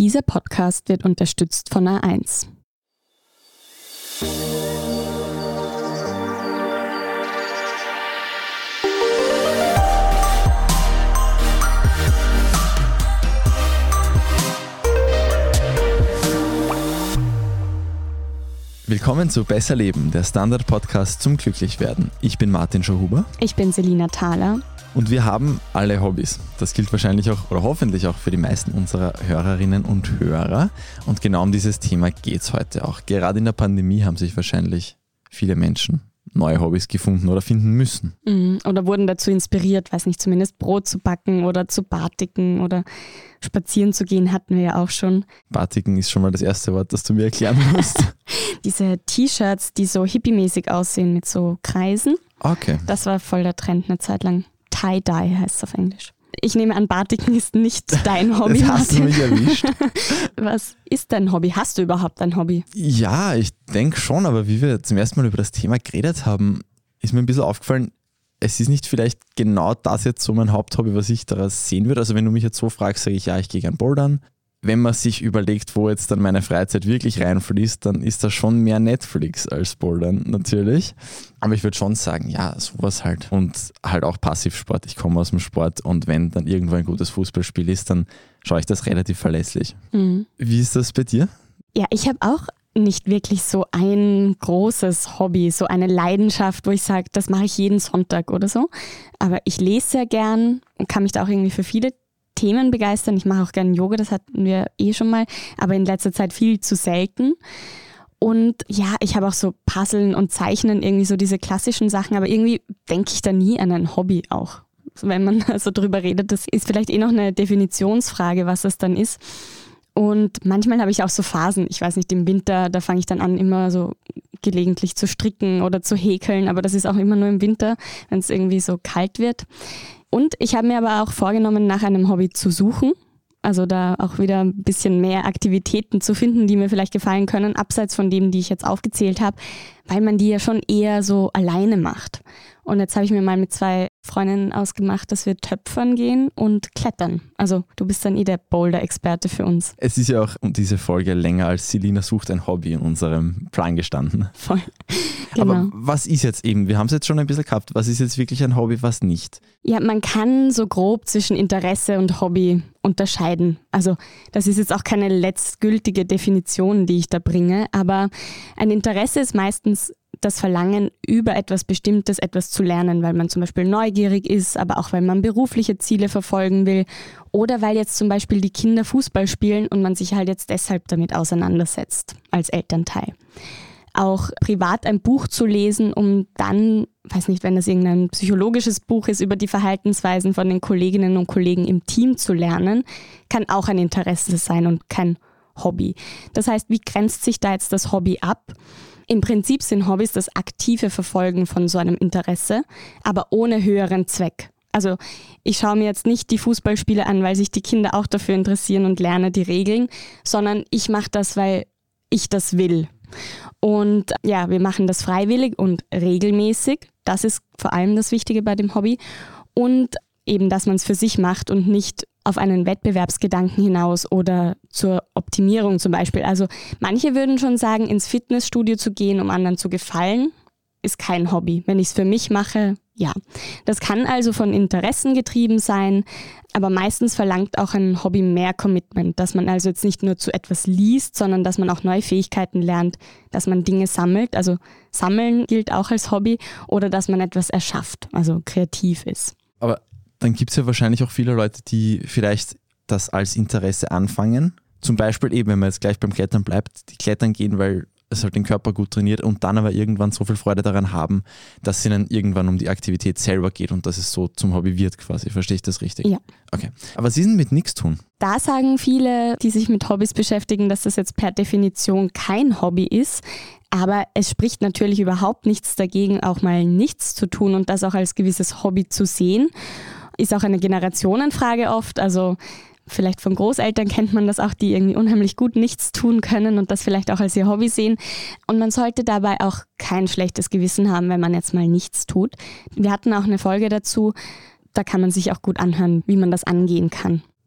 Dieser Podcast wird unterstützt von A1. Willkommen zu Besser Leben, der Standard-Podcast zum Glücklichwerden. Ich bin Martin Schauhuber. Ich bin Selina Thaler. Und wir haben alle Hobbys. Das gilt wahrscheinlich auch oder hoffentlich auch für die meisten unserer Hörerinnen und Hörer. Und genau um dieses Thema geht es heute auch. Gerade in der Pandemie haben sich wahrscheinlich viele Menschen neue Hobbys gefunden oder finden müssen. Oder wurden dazu inspiriert, weiß nicht, zumindest Brot zu backen oder zu batiken oder spazieren zu gehen, hatten wir ja auch schon. Batiken ist schon mal das erste Wort, das du mir erklären musst. Diese T-Shirts, die so hippie-mäßig aussehen mit so Kreisen. Okay. Das war voll der Trend eine Zeit lang. Tie-Dye heißt es auf Englisch. Ich nehme an, Batiken ist nicht dein Hobby, Jetzt hast du mich erwischt. Was ist dein Hobby? Hast du überhaupt ein Hobby? Ja, ich denke schon, aber wie wir zum ersten Mal über das Thema geredet haben, ist mir ein bisschen aufgefallen, es ist nicht vielleicht genau das jetzt so mein Haupthobby, was ich daraus sehen würde. Also wenn du mich jetzt so fragst, sage ich ja, ich gehe gern bouldern. Wenn man sich überlegt, wo jetzt dann meine Freizeit wirklich reinfließt, dann ist das schon mehr Netflix als Bouldern natürlich. Aber ich würde schon sagen, ja, sowas halt. Und halt auch Passivsport. Ich komme aus dem Sport und wenn dann irgendwo ein gutes Fußballspiel ist, dann schaue ich das relativ verlässlich. Wie ist das bei dir? Ja, ich habe auch nicht wirklich so ein großes Hobby, so eine Leidenschaft, wo ich sage, das mache ich jeden Sonntag oder so. Aber ich lese sehr gern und kann mich da auch irgendwie für viele Themen begeistern. Ich mache auch gerne Yoga, das hatten wir schon mal, aber in letzter Zeit viel zu selten. Und ja, ich habe auch so Puzzeln und Zeichnen, irgendwie so diese klassischen Sachen, aber irgendwie denke ich da nie an ein Hobby auch. Wenn man so drüber redet, das ist vielleicht noch eine Definitionsfrage, was das dann ist. Und manchmal habe ich auch so Phasen, ich weiß nicht, im Winter, da fange ich dann an, immer so gelegentlich zu stricken oder zu häkeln, aber das ist auch immer nur im Winter, wenn es irgendwie so kalt wird. Und ich habe mir aber auch vorgenommen, nach einem Hobby zu suchen, also da auch wieder ein bisschen mehr Aktivitäten zu finden, die mir vielleicht gefallen können, abseits von dem, die ich jetzt aufgezählt habe, weil man die ja schon eher so alleine macht. Und jetzt habe ich mir mal mit 2 Freundinnen ausgemacht, dass wir töpfern gehen und klettern. Also du bist dann der Boulder-Experte für uns. Es ist ja auch diese Folge länger als Selina sucht ein Hobby in unserem Plan gestanden. Voll, genau. Aber was ist jetzt eben, wir haben es jetzt schon ein bisschen gehabt, was ist jetzt wirklich ein Hobby, was nicht? Ja, man kann so grob zwischen Interesse und Hobby unterscheiden. Also das ist jetzt auch keine letztgültige Definition, die ich da bringe, aber ein Interesse ist meistens das Verlangen, über etwas Bestimmtes etwas zu lernen, weil man zum Beispiel neugierig ist, aber auch weil man berufliche Ziele verfolgen will oder weil jetzt zum Beispiel die Kinder Fußball spielen und man sich halt jetzt deshalb damit auseinandersetzt als Elternteil. Auch privat ein Buch zu lesen, um dann, weiß nicht, wenn das irgendein psychologisches Buch ist, über die Verhaltensweisen von den Kolleginnen und Kollegen im Team zu lernen, kann auch ein Interesse sein und kein Hobby. Das heißt, wie grenzt sich da jetzt das Hobby ab? Im Prinzip sind Hobbys das aktive Verfolgen von so einem Interesse, aber ohne höheren Zweck. Also ich schaue mir jetzt nicht die Fußballspiele an, weil sich die Kinder auch dafür interessieren und lerne die Regeln, sondern ich mache das, weil ich das will. Und ja, wir machen das freiwillig und regelmäßig. Das ist vor allem das Wichtige bei dem Hobby. Und eben, dass man es für sich macht und nicht auf einen Wettbewerbsgedanken hinaus oder zur Optimierung zum Beispiel. Also manche würden schon sagen, ins Fitnessstudio zu gehen, um anderen zu gefallen, ist kein Hobby. Wenn ich es für mich mache, ja. Das kann also von Interessen getrieben sein, aber meistens verlangt auch ein Hobby mehr Commitment, dass man also jetzt nicht nur zu etwas liest, sondern dass man auch neue Fähigkeiten lernt, dass man Dinge sammelt. Also sammeln gilt auch als Hobby oder dass man etwas erschafft, also kreativ ist. Aber dann gibt es ja wahrscheinlich auch viele Leute, die vielleicht das als Interesse anfangen. Zum Beispiel eben, wenn man jetzt gleich beim Klettern bleibt, die klettern gehen, weil es halt den Körper gut trainiert und dann aber irgendwann so viel Freude daran haben, dass es ihnen irgendwann um die Aktivität selber geht und dass es so zum Hobby wird quasi. Verstehe ich das richtig? Ja. Okay. Aber was ist denn mit nichts tun? Da sagen viele, die sich mit Hobbys beschäftigen, dass das jetzt per Definition kein Hobby ist. Aber es spricht natürlich überhaupt nichts dagegen, auch mal nichts zu tun und das auch als gewisses Hobby zu sehen. Ist auch eine Generationenfrage oft. Also vielleicht von Großeltern kennt man das auch, die irgendwie unheimlich gut nichts tun können und das vielleicht auch als ihr Hobby sehen. Und man sollte dabei auch kein schlechtes Gewissen haben, wenn man jetzt mal nichts tut. Wir hatten auch eine Folge dazu, da kann man sich auch gut anhören, wie man das angehen kann.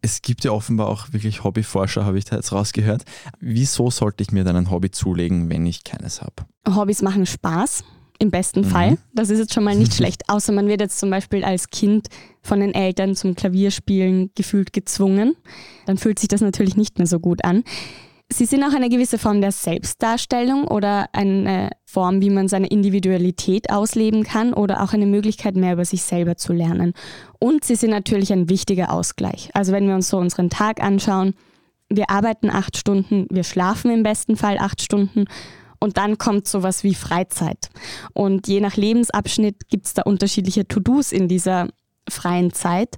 Es gibt ja offenbar auch wirklich Hobbyforscher, habe ich da jetzt rausgehört. Wieso sollte ich mir dann ein Hobby zulegen, wenn ich keines habe? Hobbys machen Spaß, im besten Fall. Das ist jetzt schon mal nicht schlecht, außer man wird jetzt zum Beispiel als Kind von den Eltern zum Klavierspielen gefühlt gezwungen. Dann fühlt sich das natürlich nicht mehr so gut an. Sie sind auch eine gewisse Form der Selbstdarstellung oder eine Form, wie man seine Individualität ausleben kann oder auch eine Möglichkeit, mehr über sich selber zu lernen. Und sie sind natürlich ein wichtiger Ausgleich. Also wenn wir uns so unseren Tag anschauen, wir arbeiten 8 Stunden, wir schlafen im besten Fall 8 Stunden und dann kommt sowas wie Freizeit. Und je nach Lebensabschnitt gibt es da unterschiedliche To-Dos in dieser freien Zeit.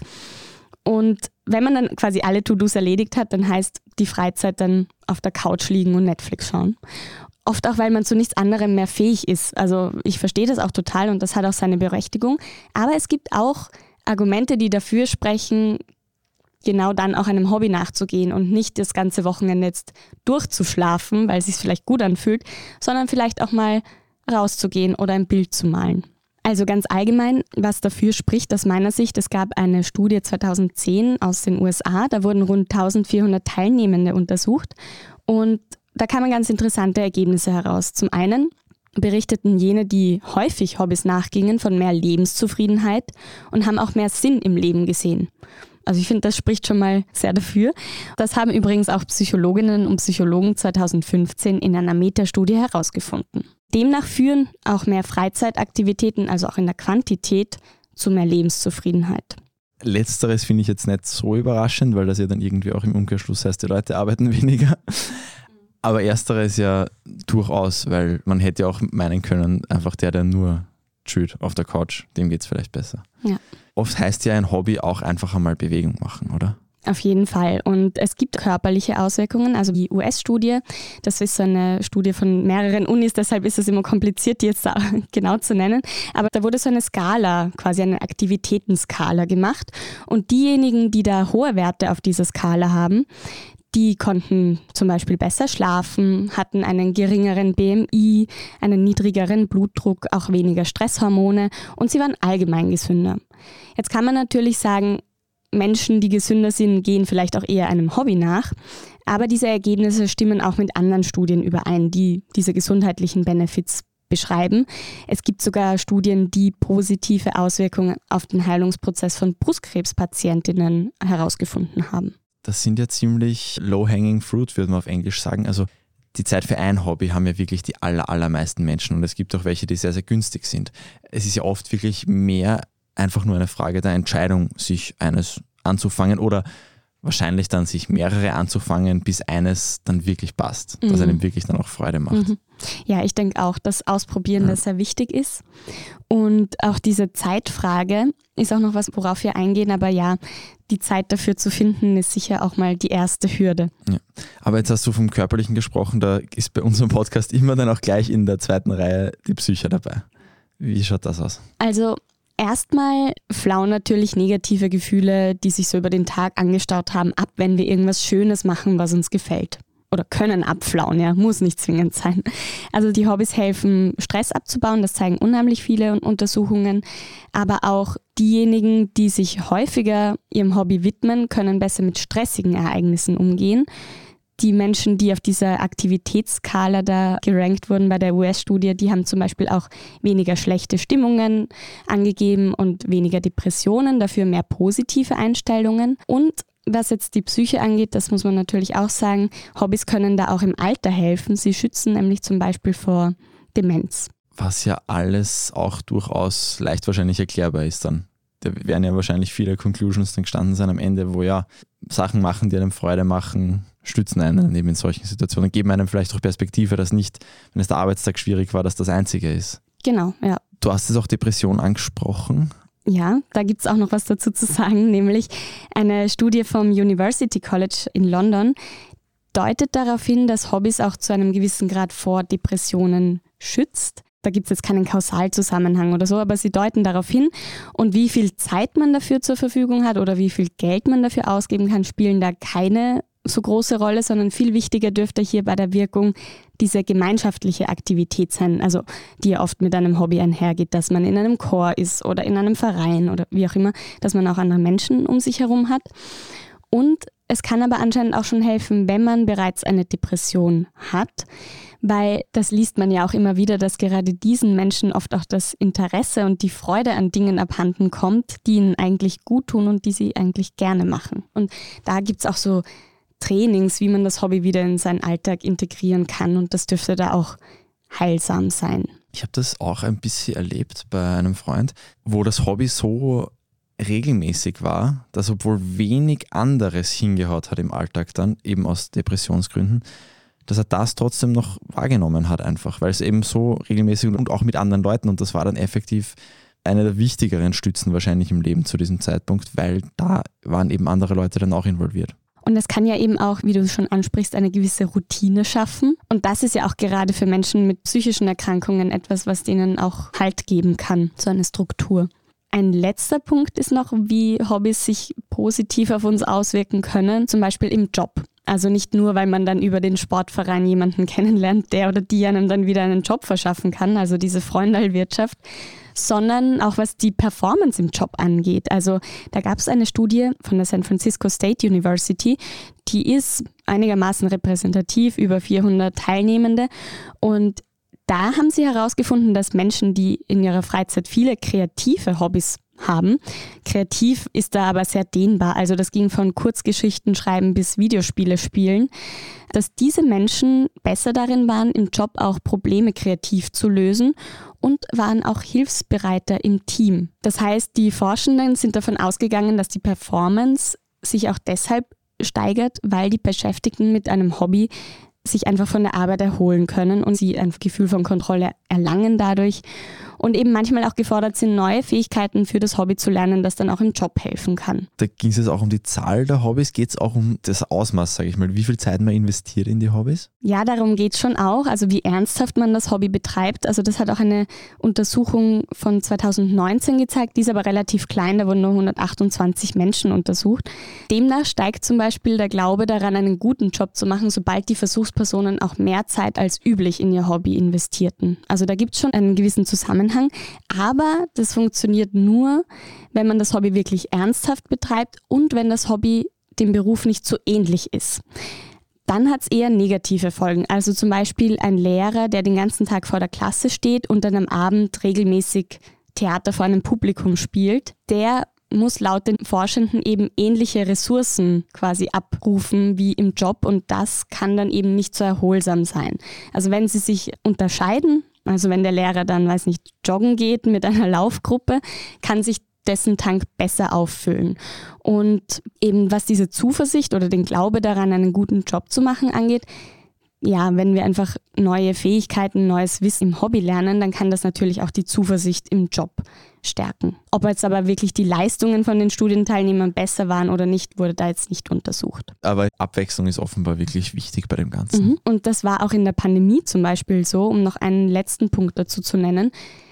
Und wenn man dann quasi alle To-Dos erledigt hat, dann heißt die Freizeit dann auf der Couch liegen und Netflix schauen. Oft auch, weil man zu nichts anderem mehr fähig ist. Also ich verstehe das auch total und das hat auch seine Berechtigung. Aber es gibt auch Argumente, die dafür sprechen, genau dann auch einem Hobby nachzugehen und nicht das ganze Wochenende jetzt durchzuschlafen, weil es sich vielleicht gut anfühlt, sondern vielleicht auch mal rauszugehen oder ein Bild zu malen. Also ganz allgemein, was dafür spricht aus meiner Sicht, es gab eine Studie 2010 aus den USA, da wurden rund 1400 Teilnehmende untersucht und da kamen ganz interessante Ergebnisse heraus. Zum einen berichteten jene, die häufig Hobbys nachgingen, von mehr Lebenszufriedenheit und haben auch mehr Sinn im Leben gesehen. Also ich finde, das spricht schon mal sehr dafür. Das haben übrigens auch Psychologinnen und Psychologen 2015 in einer Metastudie herausgefunden. Demnach führen auch mehr Freizeitaktivitäten, also auch in der Quantität, zu mehr Lebenszufriedenheit. Letzteres finde ich jetzt nicht so überraschend, weil das ja dann irgendwie auch im Umkehrschluss heißt, die Leute arbeiten weniger. Aber ersteres ja durchaus, weil man hätte ja auch meinen können, einfach der nur chillt auf der Couch, dem geht es vielleicht besser. Ja. Oft heißt ja ein Hobby auch einfach einmal Bewegung machen, oder? Auf jeden Fall. Und es gibt körperliche Auswirkungen. Also die US-Studie, das ist so eine Studie von mehreren Unis, deshalb ist es immer kompliziert, die jetzt da genau zu nennen. Aber da wurde so eine Skala, quasi eine Aktivitätenskala gemacht. Und diejenigen, die da hohe Werte auf dieser Skala haben, die konnten zum Beispiel besser schlafen, hatten einen geringeren BMI, einen niedrigeren Blutdruck, auch weniger Stresshormone und sie waren allgemein gesünder. Jetzt kann man natürlich sagen, Menschen, die gesünder sind, gehen vielleicht auch eher einem Hobby nach. Aber diese Ergebnisse stimmen auch mit anderen Studien überein, die diese gesundheitlichen Benefits beschreiben. Es gibt sogar Studien, die positive Auswirkungen auf den Heilungsprozess von Brustkrebspatientinnen herausgefunden haben. Das sind ja ziemlich low-hanging fruit, würde man auf Englisch sagen. Also die Zeit für ein Hobby haben ja wirklich die allermeisten Menschen und es gibt auch welche, die sehr, sehr günstig sind. Es ist ja oft wirklich mehr einfach nur eine Frage der Entscheidung, sich eines anzufangen oder wahrscheinlich dann sich mehrere anzufangen, bis eines dann wirklich passt, dass einem wirklich dann auch Freude macht. Ja, ich denke auch, dass Ausprobieren das sehr wichtig ist. Und auch diese Zeitfrage ist auch noch was, worauf wir eingehen, aber ja, die Zeit dafür zu finden, ist sicher auch mal die erste Hürde. Ja. Aber jetzt hast du vom Körperlichen gesprochen, da ist bei unserem Podcast immer dann auch gleich in der zweiten Reihe die Psyche dabei. Wie schaut das aus? Also erstmal flauen natürlich negative Gefühle, die sich so über den Tag angestaut haben, ab, wenn wir irgendwas Schönes machen, was uns gefällt. Oder können abflauen, ja, muss nicht zwingend sein. Also die Hobbys helfen, Stress abzubauen, das zeigen unheimlich viele Untersuchungen. Aber auch diejenigen, die sich häufiger ihrem Hobby widmen, können besser mit stressigen Ereignissen umgehen. Die Menschen, die auf dieser Aktivitätsskala da gerankt wurden bei der US-Studie, die haben zum Beispiel auch weniger schlechte Stimmungen angegeben und weniger Depressionen, dafür mehr positive Einstellungen. Und was jetzt die Psyche angeht, das muss man natürlich auch sagen, Hobbys können da auch im Alter helfen. Sie schützen nämlich zum Beispiel vor Demenz. Was ja alles auch durchaus leicht wahrscheinlich erklärbar ist dann. Da werden ja wahrscheinlich viele Conclusions dann gestanden sein am Ende, wo ja Sachen machen, die einem Freude machen, stützen einen eben in solchen Situationen, geben einem vielleicht auch Perspektive, dass nicht, wenn es der Arbeitstag schwierig war, dass das Einzige ist. Genau, ja. Du hast es auch Depression angesprochen. Ja, da gibt es auch noch was dazu zu sagen, nämlich eine Studie vom University College in London deutet darauf hin, dass Hobbys auch zu einem gewissen Grad vor Depressionen schützt. Da gibt es jetzt keinen Kausalzusammenhang oder so, aber sie deuten darauf hin. Und wie viel Zeit man dafür zur Verfügung hat oder wie viel Geld man dafür ausgeben kann, spielen da keine so große Rolle, sondern viel wichtiger dürfte hier bei der Wirkung diese gemeinschaftliche Aktivität sein, also die ja oft mit einem Hobby einhergeht, dass man in einem Chor ist oder in einem Verein oder wie auch immer, dass man auch andere Menschen um sich herum hat. Und es kann aber anscheinend auch schon helfen, wenn man bereits eine Depression hat, weil das liest man ja auch immer wieder, dass gerade diesen Menschen oft auch das Interesse und die Freude an Dingen abhanden kommt, die ihnen eigentlich gut tun und die sie eigentlich gerne machen. Und da gibt es auch so Trainings, wie man das Hobby wieder in seinen Alltag integrieren kann und das dürfte da auch heilsam sein. Ich habe das auch ein bisschen erlebt bei einem Freund, wo das Hobby so regelmäßig war, dass obwohl wenig anderes hingehaut hat im Alltag dann, eben aus Depressionsgründen, dass er das trotzdem noch wahrgenommen hat einfach, weil es eben so regelmäßig und auch mit anderen Leuten und das war dann effektiv eine der wichtigeren Stützen wahrscheinlich im Leben zu diesem Zeitpunkt, weil da waren eben andere Leute dann auch involviert. Und es kann ja eben auch, wie du schon ansprichst, eine gewisse Routine schaffen. Und das ist ja auch gerade für Menschen mit psychischen Erkrankungen etwas, was denen auch Halt geben kann, so eine Struktur. Ein letzter Punkt ist noch, wie Hobbys sich positiv auf uns auswirken können, zum Beispiel im Job. Also nicht nur, weil man dann über den Sportverein jemanden kennenlernt, der oder die einem dann wieder einen Job verschaffen kann, also diese Freundalwirtschaft, sondern auch was die Performance im Job angeht. Also da gab es eine Studie von der San Francisco State University, die ist einigermaßen repräsentativ, über 400 Teilnehmende und da haben sie herausgefunden, dass Menschen, die in ihrer Freizeit viele kreative Hobbys haben. Kreativ ist da aber sehr dehnbar. Also das ging von Kurzgeschichten schreiben bis Videospiele spielen. Dass diese Menschen besser darin waren, im Job auch Probleme kreativ zu lösen und waren auch hilfsbereiter im Team. Das heißt, die Forschenden sind davon ausgegangen, dass die Performance sich auch deshalb steigert, weil die Beschäftigten mit einem Hobby sich einfach von der Arbeit erholen können und sie ein Gefühl von Kontrolle erlangen dadurch und eben manchmal auch gefordert sind, neue Fähigkeiten für das Hobby zu lernen, das dann auch im Job helfen kann. Da ging es jetzt auch um die Zahl der Hobbys, geht es auch um das Ausmaß, sage ich mal, wie viel Zeit man investiert in die Hobbys? Ja, darum geht es schon auch, also wie ernsthaft man das Hobby betreibt. Also das hat auch eine Untersuchung von 2019 gezeigt, die ist aber relativ klein, da wurden nur 128 Menschen untersucht. Demnach steigt zum Beispiel der Glaube daran, einen guten Job zu machen, sobald die Versuchspersonen auch mehr Zeit als üblich in ihr Hobby investierten. Also da gibt es schon einen gewissen Zusammenhang, aber das funktioniert nur, wenn man das Hobby wirklich ernsthaft betreibt und wenn das Hobby dem Beruf nicht so ähnlich ist. Dann hat es eher negative Folgen. Also zum Beispiel ein Lehrer, der den ganzen Tag vor der Klasse steht und dann am Abend regelmäßig Theater vor einem Publikum spielt, der muss laut den Forschenden eben ähnliche Ressourcen quasi abrufen wie im Job und das kann dann eben nicht so erholsam sein. Also wenn sie sich unterscheiden, also wenn der Lehrer dann, joggen geht mit einer Laufgruppe, kann sich dessen Tank besser auffüllen. Und eben was diese Zuversicht oder den Glaube daran, einen guten Job zu machen angeht, ja, wenn wir einfach neue Fähigkeiten, neues Wissen im Hobby lernen, dann kann das natürlich auch die Zuversicht im Job stärken. Ob jetzt aber wirklich die Leistungen von den Studienteilnehmern besser waren oder nicht, wurde da jetzt nicht untersucht. Aber Abwechslung ist offenbar wirklich wichtig bei dem Ganzen. Und das war auch in der Pandemie zum Beispiel so, um noch einen letzten Punkt dazu zu nennen.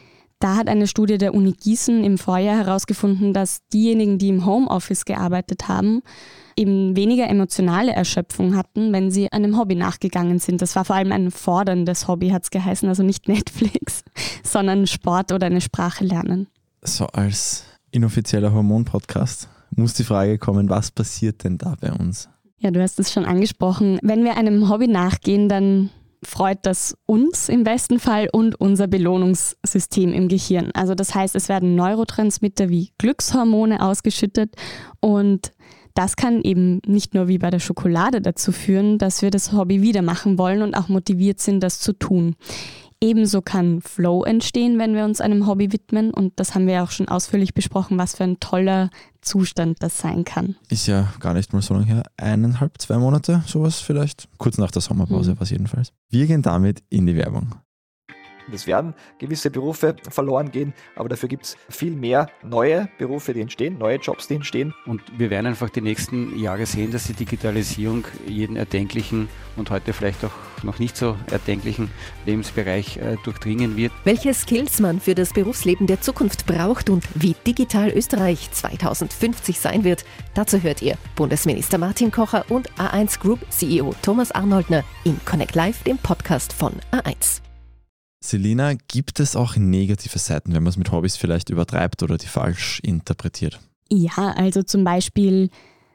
Da hat eine Studie der Uni Gießen im Vorjahr herausgefunden, dass diejenigen, die im Homeoffice gearbeitet haben, eben weniger emotionale Erschöpfung hatten, wenn sie einem Hobby nachgegangen sind. Das war vor allem ein forderndes Hobby, hat es geheißen, also nicht Netflix, sondern Sport oder eine Sprache lernen. So als inoffizieller Hormon-Podcast muss die Frage kommen, was passiert denn da bei uns? Ja, du hast es schon angesprochen. Wenn wir einem Hobby nachgehen, dann freut das uns im besten Fall und unser Belohnungssystem im Gehirn. Also das heißt, es werden Neurotransmitter wie Glückshormone ausgeschüttet und das kann eben nicht nur wie bei der Schokolade dazu führen, dass wir das Hobby wieder machen wollen und auch motiviert sind, das zu tun. Ebenso kann Flow entstehen, wenn wir uns einem Hobby widmen und das haben wir ja auch schon ausführlich besprochen, was für ein toller Zustand das sein kann. Ist ja gar nicht mal so lange her, 1,5, 2 Monate, sowas vielleicht. Kurz nach der Sommerpause war es jedenfalls. Wir gehen damit in die Werbung. Es werden gewisse Berufe verloren gehen, aber dafür gibt es viel mehr neue Berufe, die entstehen, neue Jobs, die entstehen. Und wir werden einfach die nächsten Jahre sehen, dass die Digitalisierung jeden erdenklichen und heute vielleicht auch noch nicht so erdenklichen Lebensbereich durchdringen wird. Welche Skills man für das Berufsleben der Zukunft braucht und wie digital Österreich 2050 sein wird, dazu hört ihr Bundesminister Martin Kocher und A1 Group CEO Thomas Arnoldner in Connect Live, dem Podcast von A1. Selina, gibt es auch negative Seiten, wenn man es mit Hobbys vielleicht übertreibt oder die falsch interpretiert? Ja, also zum Beispiel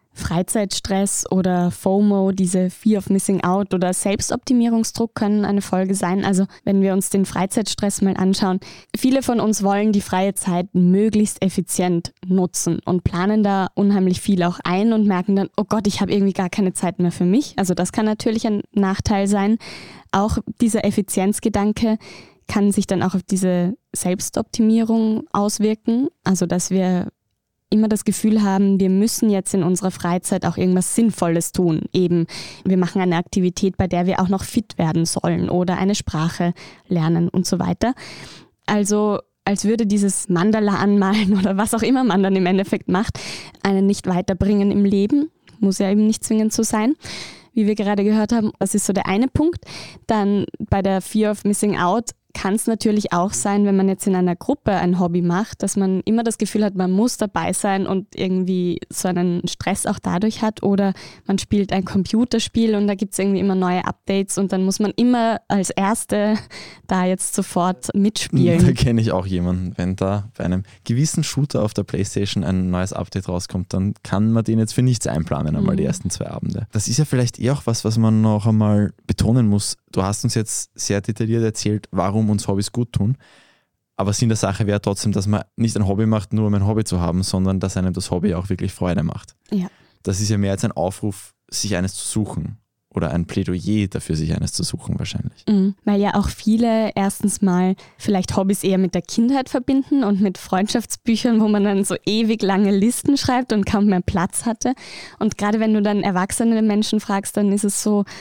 Freizeitstress oder FOMO, diese Fear of Missing Out oder Selbstoptimierungsdruck können eine Folge sein. Also wenn wir uns den Freizeitstress mal anschauen, viele von uns wollen die freie Zeit möglichst effizient nutzen und planen da unheimlich viel auch ein und merken dann, oh Gott, ich habe irgendwie gar keine Zeit mehr für mich. Also das kann natürlich ein Nachteil sein. Auch dieser Effizienzgedanke kann sich dann auch auf diese Selbstoptimierung auswirken. Also dass wir immer das Gefühl haben, wir müssen jetzt in unserer Freizeit auch irgendwas Sinnvolles tun. Eben, wir machen eine Aktivität, bei der wir auch noch fit werden sollen oder eine Sprache lernen und so weiter. Also als würde dieses Mandala anmalen oder was auch immer man dann im Endeffekt macht, einen nicht weiterbringen im Leben. Muss ja eben nicht zwingend so sein, wie wir gerade gehört haben. Das ist so der eine Punkt. Dann bei der Fear of Missing Out kann es natürlich auch sein, wenn man jetzt in einer Gruppe ein Hobby macht, dass man immer das Gefühl hat, man muss dabei sein und irgendwie so einen Stress auch dadurch hat, oder man spielt ein Computerspiel und da gibt es irgendwie immer neue Updates und dann muss man immer als Erste da jetzt sofort mitspielen. Da kenne ich auch jemanden, wenn da bei einem gewissen Shooter auf der Playstation ein neues Update rauskommt, dann kann man den jetzt für nichts einplanen, einmal die ersten 2 Abende. Das ist ja vielleicht auch was man noch einmal betonen muss. Du hast uns jetzt sehr detailliert erzählt, warum uns Hobbys gut tun, aber Sinn der Sache wäre trotzdem, dass man nicht ein Hobby macht, nur um ein Hobby zu haben, sondern dass einem das Hobby auch wirklich Freude macht. Ja. Das ist ja mehr als ein Aufruf, sich eines zu suchen oder ein Plädoyer dafür, sich eines zu suchen wahrscheinlich. Weil ja auch viele erstens mal vielleicht Hobbys eher mit der Kindheit verbinden und mit Freundschaftsbüchern, wo man dann so ewig lange Listen schreibt und kaum mehr Platz hatte. Und gerade wenn du dann erwachsene Menschen fragst, dann ist es so,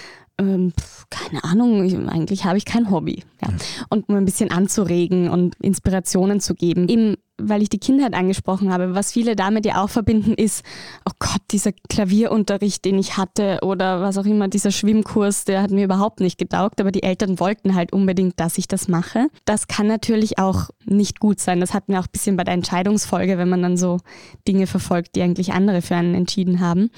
keine Ahnung, eigentlich habe ich kein Hobby. Ja. Und um ein bisschen anzuregen und Inspirationen zu geben. Eben, weil ich die Kindheit angesprochen habe, was viele damit ja auch verbinden ist, oh Gott, dieser Klavierunterricht, den ich hatte oder was auch immer, dieser Schwimmkurs, der hat mir überhaupt nicht getaugt, aber die Eltern wollten halt unbedingt, dass ich das mache. Das kann natürlich auch nicht gut sein. Das hatten wir auch ein bisschen bei der Entscheidungsfolge, wenn man dann so Dinge verfolgt, die eigentlich andere für einen entschieden haben.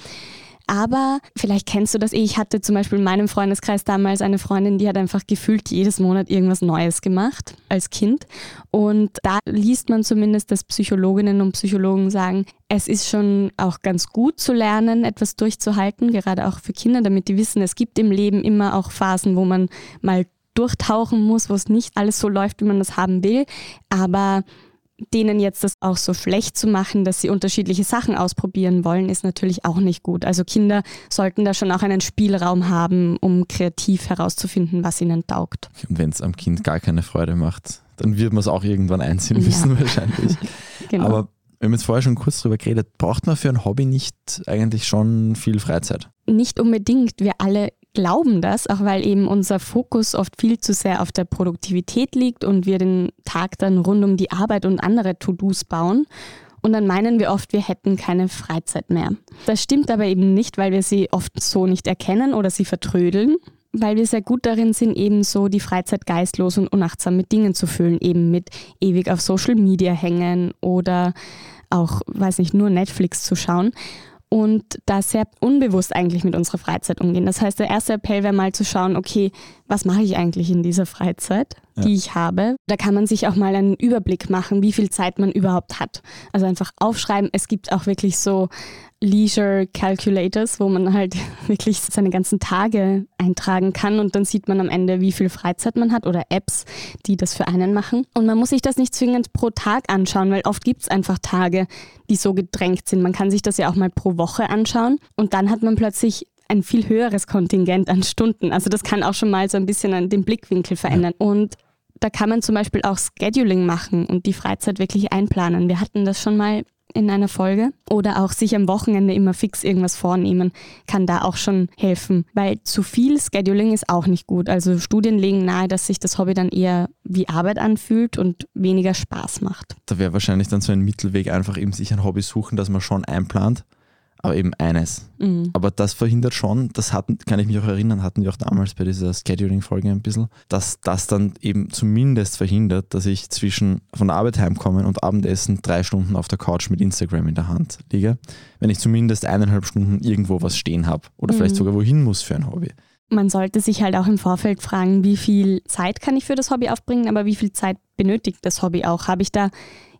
Aber vielleicht kennst du das ich hatte zum Beispiel in meinem Freundeskreis damals eine Freundin, die hat einfach gefühlt jedes Monat irgendwas Neues gemacht als Kind. Und da liest man zumindest, dass Psychologinnen und Psychologen sagen, es ist schon auch ganz gut zu lernen, etwas durchzuhalten, gerade auch für Kinder, damit die wissen, es gibt im Leben immer auch Phasen, wo man mal durchtauchen muss, wo es nicht alles so läuft, wie man das haben will. Aber denen jetzt das auch so schlecht zu machen, dass sie unterschiedliche Sachen ausprobieren wollen, ist natürlich auch nicht gut. Also Kinder sollten da schon auch einen Spielraum haben, um kreativ herauszufinden, was ihnen taugt. Und wenn es am Kind gar keine Freude macht, dann wird man es auch irgendwann einsehen müssen wahrscheinlich. Genau. Aber wir haben jetzt vorher schon kurz drüber geredet, braucht man für ein Hobby nicht eigentlich schon viel Freizeit? Nicht unbedingt. Wir alle glauben das, auch weil eben unser Fokus oft viel zu sehr auf der Produktivität liegt und wir den Tag dann rund um die Arbeit und andere To-Dos bauen. Und dann meinen wir oft, wir hätten keine Freizeit mehr. Das stimmt aber eben nicht, weil wir sie oft so nicht erkennen oder sie vertrödeln, weil wir sehr gut darin sind, eben so die Freizeit geistlos und unachtsam mit Dingen zu füllen, eben mit ewig auf Social Media hängen oder auch, weiß nicht, nur Netflix zu schauen. Und da sehr unbewusst eigentlich mit unserer Freizeit umgehen. Das heißt, der erste Appell wäre mal zu schauen, okay, was mache ich eigentlich in dieser Freizeit, die ich habe? Da kann man sich auch mal einen Überblick machen, wie viel Zeit man überhaupt hat. Also einfach aufschreiben. Es gibt auch wirklich so Leisure Calculators, wo man halt wirklich seine ganzen Tage eintragen kann und dann sieht man am Ende, wie viel Freizeit man hat, oder Apps, die das für einen machen. Und man muss sich das nicht zwingend pro Tag anschauen, weil oft gibt es einfach Tage, die so gedrängt sind. Man kann sich das ja auch mal pro Woche anschauen und dann hat man plötzlich ein viel höheres Kontingent an Stunden. Also das kann auch schon mal so ein bisschen den Blickwinkel verändern. Und da kann man zum Beispiel auch Scheduling machen und die Freizeit wirklich einplanen. Wir hatten das schon mal in einer Folge. Oder auch sich am Wochenende immer fix irgendwas vornehmen, kann da auch schon helfen. Weil zu viel Scheduling ist auch nicht gut. Also Studien legen nahe, dass sich das Hobby dann eher wie Arbeit anfühlt und weniger Spaß macht. Da wäre wahrscheinlich dann so ein Mittelweg, einfach eben sich ein Hobby suchen, das man schon einplant, aber eben eines. Aber das verhindert schon, kann ich mich auch erinnern, hatten wir auch damals bei dieser Scheduling-Folge ein bisschen, dass das dann eben zumindest verhindert, dass ich von der Arbeit heimkommen und Abendessen 3 Stunden auf der Couch mit Instagram in der Hand liege, wenn ich zumindest 1,5 Stunden irgendwo was stehen habe oder vielleicht sogar wohin muss für ein Hobby. Man sollte sich halt auch im Vorfeld fragen, wie viel Zeit kann ich für das Hobby aufbringen, aber wie viel Zeit benötigt das Hobby auch? Habe ich da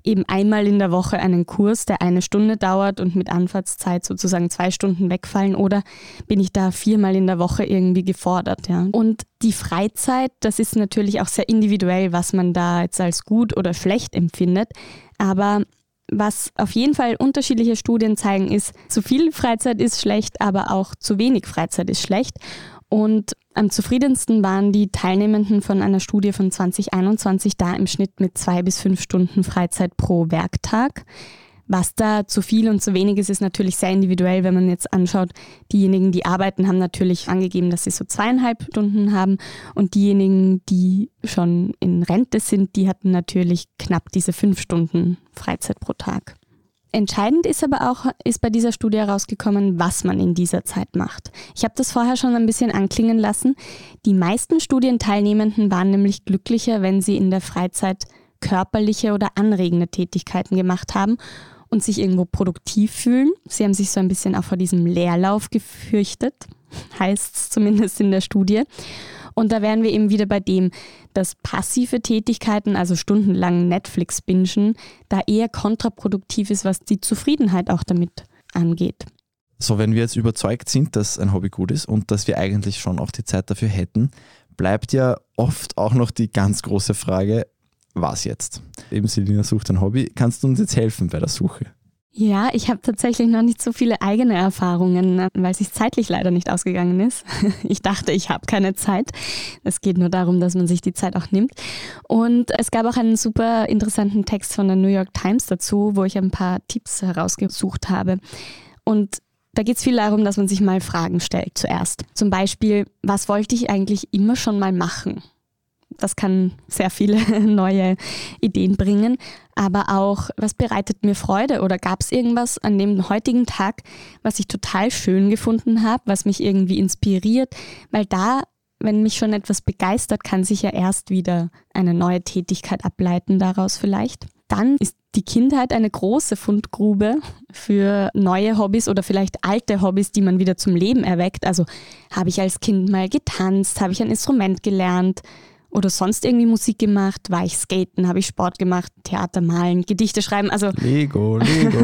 eben einmal in der Woche einen Kurs, der 1 Stunde dauert und mit Anfahrtszeit sozusagen 2 Stunden wegfallen, oder bin ich da 4-mal in der Woche irgendwie gefordert? Ja? Und die Freizeit, das ist natürlich auch sehr individuell, was man da jetzt als gut oder schlecht empfindet, aber was auf jeden Fall unterschiedliche Studien zeigen, ist, zu viel Freizeit ist schlecht, aber auch zu wenig Freizeit ist schlecht. Und am zufriedensten waren die Teilnehmenden von einer Studie von 2021 da im Schnitt mit 2 bis 5 Stunden Freizeit pro Werktag. Was da zu viel und zu wenig ist, ist natürlich sehr individuell, wenn man jetzt anschaut. Diejenigen, die arbeiten, haben natürlich angegeben, dass sie so 2,5 Stunden haben, und diejenigen, die schon in Rente sind, die hatten natürlich knapp diese 5 Stunden Freizeit pro Tag. Entscheidend ist aber auch, ist bei dieser Studie herausgekommen, was man in dieser Zeit macht. Ich habe das vorher schon ein bisschen anklingen lassen. Die meisten Studienteilnehmenden waren nämlich glücklicher, wenn sie in der Freizeit körperliche oder anregende Tätigkeiten gemacht haben und sich irgendwo produktiv fühlen. Sie haben sich so ein bisschen auch vor diesem Leerlauf gefürchtet, heißt es zumindest in der Studie. Und da wären wir eben wieder bei dem, dass passive Tätigkeiten, also stundenlang Netflix bingen, da eher kontraproduktiv ist, was die Zufriedenheit auch damit angeht. So, wenn wir jetzt überzeugt sind, dass ein Hobby gut ist und dass wir eigentlich schon auch die Zeit dafür hätten, bleibt ja oft auch noch die ganz große Frage, was jetzt? Eben Selina sucht ein Hobby. Kannst du uns jetzt helfen bei der Suche? Ja, ich habe tatsächlich noch nicht so viele eigene Erfahrungen, weil es sich zeitlich leider nicht ausgegangen ist. Ich dachte, ich habe keine Zeit. Es geht nur darum, dass man sich die Zeit auch nimmt. Und es gab auch einen super interessanten Text von der New York Times dazu, wo ich ein paar Tipps herausgesucht habe. Und da geht es viel darum, dass man sich mal Fragen stellt zuerst. Zum Beispiel, was wollte ich eigentlich immer schon mal machen? Das kann sehr viele neue Ideen bringen, aber auch, was bereitet mir Freude, oder gab es irgendwas an dem heutigen Tag, was ich total schön gefunden habe, was mich irgendwie inspiriert, weil da, wenn mich schon etwas begeistert, kann sich ja erst wieder eine neue Tätigkeit ableiten daraus vielleicht. Dann ist die Kindheit eine große Fundgrube für neue Hobbys oder vielleicht alte Hobbys, die man wieder zum Leben erweckt. Also habe ich als Kind mal getanzt, habe ich ein Instrument gelernt, oder sonst irgendwie Musik gemacht, war ich skaten, habe ich Sport gemacht, Theater malen, Gedichte schreiben, also Lego.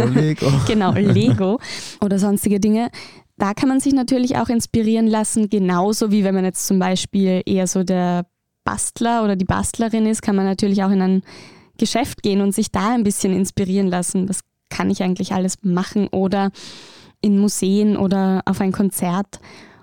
Genau, Lego oder sonstige Dinge. Da kann man sich natürlich auch inspirieren lassen, genauso wie wenn man jetzt zum Beispiel eher so der Bastler oder die Bastlerin ist, kann man natürlich auch in ein Geschäft gehen und sich da ein bisschen inspirieren lassen. Was kann ich eigentlich alles machen? Oder in Museen oder auf ein Konzert,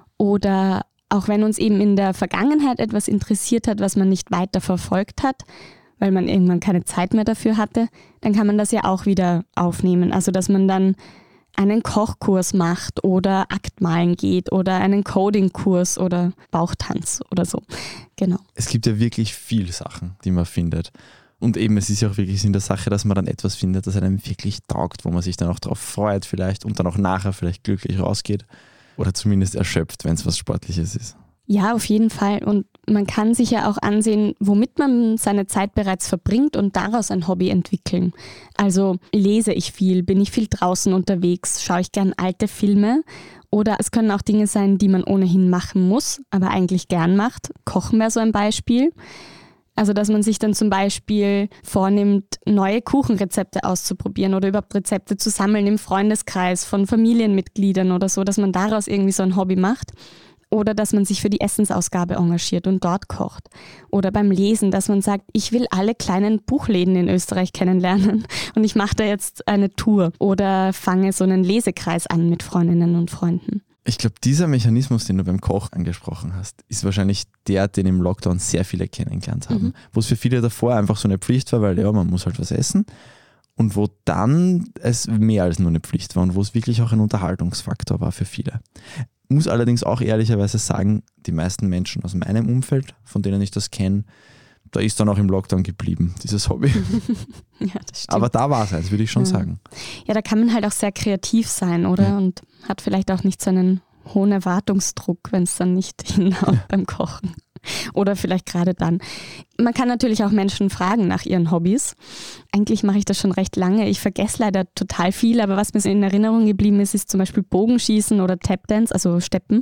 oder auch wenn uns eben in der Vergangenheit etwas interessiert hat, was man nicht weiter verfolgt hat, weil man irgendwann keine Zeit mehr dafür hatte, dann kann man das ja auch wieder aufnehmen. Also dass man dann einen Kochkurs macht oder Aktmalen geht oder einen Codingkurs oder Bauchtanz oder so. Genau. Es gibt ja wirklich viele Sachen, die man findet. Und eben, es ist ja auch wirklich in der Sache, dass man dann etwas findet, das einem wirklich taugt, wo man sich dann auch darauf freut vielleicht und dann auch nachher vielleicht glücklich rausgeht. Oder zumindest erschöpft, wenn es was Sportliches ist. Ja, auf jeden Fall. Und man kann sich ja auch ansehen, womit man seine Zeit bereits verbringt und daraus ein Hobby entwickeln. Also lese ich viel, bin ich viel draußen unterwegs, schaue ich gern alte Filme, oder es können auch Dinge sein, die man ohnehin machen muss, aber eigentlich gern macht. Kochen wäre so ein Beispiel. Also dass man sich dann zum Beispiel vornimmt, neue Kuchenrezepte auszuprobieren oder überhaupt Rezepte zu sammeln im Freundeskreis von Familienmitgliedern oder so, dass man daraus irgendwie so ein Hobby macht. Oder dass man sich für die Essensausgabe engagiert und dort kocht. Oder beim Lesen, dass man sagt, ich will alle kleinen Buchläden in Österreich kennenlernen und ich mache da jetzt eine Tour. Oder fange so einen Lesekreis an mit Freundinnen und Freunden. Ich glaube, dieser Mechanismus, den du beim Koch angesprochen hast, ist wahrscheinlich der, den im Lockdown sehr viele kennengelernt haben. Wo es für viele davor einfach so eine Pflicht war, weil ja, man muss halt was essen. Und wo dann es mehr als nur eine Pflicht war und wo es wirklich auch ein Unterhaltungsfaktor war für viele. Ich muss allerdings auch ehrlicherweise sagen, die meisten Menschen aus meinem Umfeld, von denen ich das kenne, da ist dann auch im Lockdown geblieben, dieses Hobby. Ja, das stimmt. Aber da war es eins, würde ich schon sagen. Ja, da kann man halt auch sehr kreativ sein, oder? Ja. Und hat vielleicht auch nicht so einen hohen Erwartungsdruck, wenn es dann nicht hinhaut beim Kochen. Oder vielleicht gerade dann. Man kann natürlich auch Menschen fragen nach ihren Hobbys. Eigentlich mache ich das schon recht lange. Ich vergesse leider total viel, aber was mir so in Erinnerung geblieben ist, ist zum Beispiel Bogenschießen oder Tapdance, also Steppen.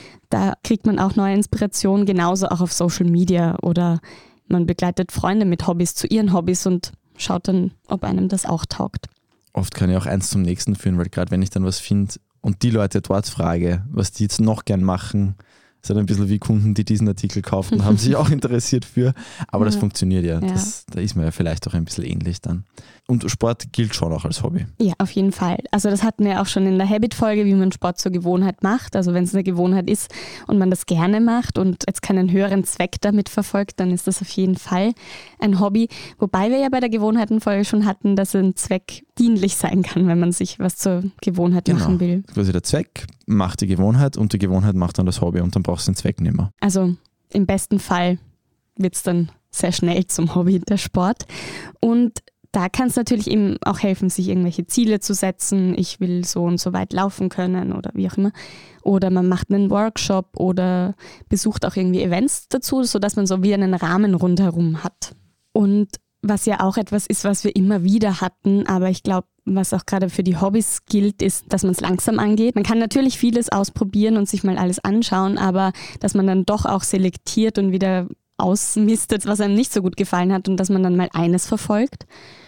Da kriegt man auch neue Inspirationen, genauso auch auf Social Media, oder man begleitet Freunde mit Hobbys zu ihren Hobbys und schaut dann, ob einem das auch taugt. Oft kann ja auch eins zum nächsten führen, weil gerade wenn ich dann was finde und die Leute dort frage, was die jetzt noch gern machen, ist halt ein bisschen wie Kunden, die diesen Artikel kaufen, haben sich auch interessiert für, aber das funktioniert ja. Da ist man ja vielleicht auch ein bisschen ähnlich dann. Und Sport gilt schon auch als Hobby. Ja, auf jeden Fall. Also das hatten wir auch schon in der Habit-Folge, wie man Sport zur Gewohnheit macht. Also wenn es eine Gewohnheit ist und man das gerne macht und jetzt keinen höheren Zweck damit verfolgt, dann ist das auf jeden Fall ein Hobby. Wobei wir ja bei der Gewohnheiten-Folge schon hatten, dass ein Zweck dienlich sein kann, wenn man sich was zur Gewohnheit machen will. Quasi der Zweck macht die Gewohnheit und die Gewohnheit macht dann das Hobby und dann brauchst du den Zweck nicht mehr. Also im besten Fall wird es dann sehr schnell zum Hobby, der Sport. Und da kann es natürlich eben auch helfen, sich irgendwelche Ziele zu setzen. Ich will so und so weit laufen können oder wie auch immer. Oder man macht einen Workshop oder besucht auch irgendwie Events dazu, sodass man so wie einen Rahmen rundherum hat. Und was ja auch etwas ist, was wir immer wieder hatten, aber ich glaube, was auch gerade für die Hobbys gilt, ist, dass man es langsam angeht. Man kann natürlich vieles ausprobieren und sich mal alles anschauen, aber dass man dann doch auch selektiert und wieder ausmistet, was einem nicht so gut gefallen hat und dass man dann mal eines verfolgt.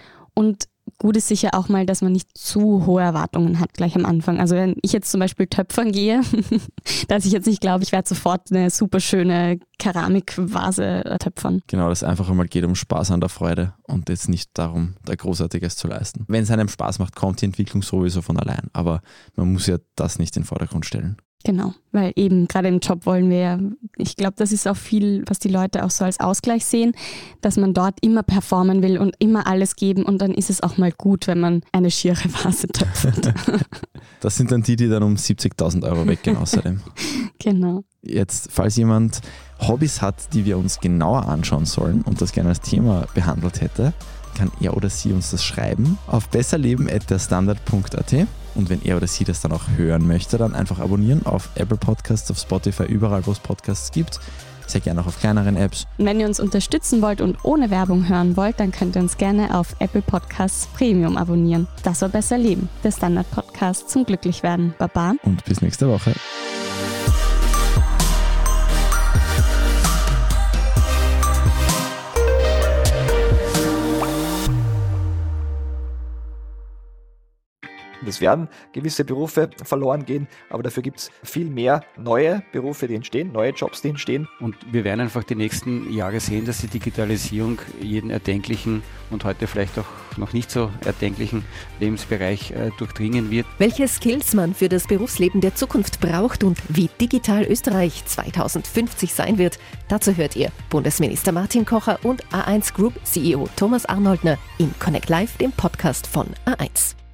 Und gut ist sicher auch mal, dass man nicht zu hohe Erwartungen hat gleich am Anfang. Also wenn ich jetzt zum Beispiel töpfern gehe, dass ich jetzt nicht glaube, ich werde sofort eine super schöne Keramikvase töpfern. Genau, dass es einfach einmal geht um Spaß an der Freude und jetzt nicht darum, da Großartiges zu leisten. Wenn es einem Spaß macht, kommt die Entwicklung sowieso von allein. Aber man muss ja das nicht in den Vordergrund stellen. Genau, weil eben gerade im Job wollen wir ja, ich glaube, das ist auch viel, was die Leute auch so als Ausgleich sehen, dass man dort immer performen will und immer alles geben und dann ist es auch mal gut, wenn man eine schiere Vase töpfert. Das sind dann die dann um 70.000 Euro weggehen außerdem. Genau. Jetzt, falls jemand Hobbys hat, die wir uns genauer anschauen sollen und das gerne als Thema behandelt hätte, kann er oder sie uns das schreiben auf besserleben@derstandard.at. Und wenn er oder sie das dann auch hören möchte, dann einfach abonnieren auf Apple Podcasts, auf Spotify, überall, wo es Podcasts gibt. Sehr gerne auch auf kleineren Apps. Und wenn ihr uns unterstützen wollt und ohne Werbung hören wollt, dann könnt ihr uns gerne auf Apple Podcasts Premium abonnieren. Das war Besser Leben, der Standard-Podcast zum Glücklichwerden. Baba. Und bis nächste Woche. Es werden gewisse Berufe verloren gehen, aber dafür gibt es viel mehr neue Berufe, die entstehen, neue Jobs, die entstehen. Und wir werden einfach die nächsten Jahre sehen, dass die Digitalisierung jeden erdenklichen und heute vielleicht auch noch nicht so erdenklichen Lebensbereich durchdringen wird. Welche Skills man für das Berufsleben der Zukunft braucht und wie digital Österreich 2050 sein wird, dazu hört ihr Bundesminister Martin Kocher und A1 Group CEO Thomas Arnoldner in Connect Live, dem Podcast von A1.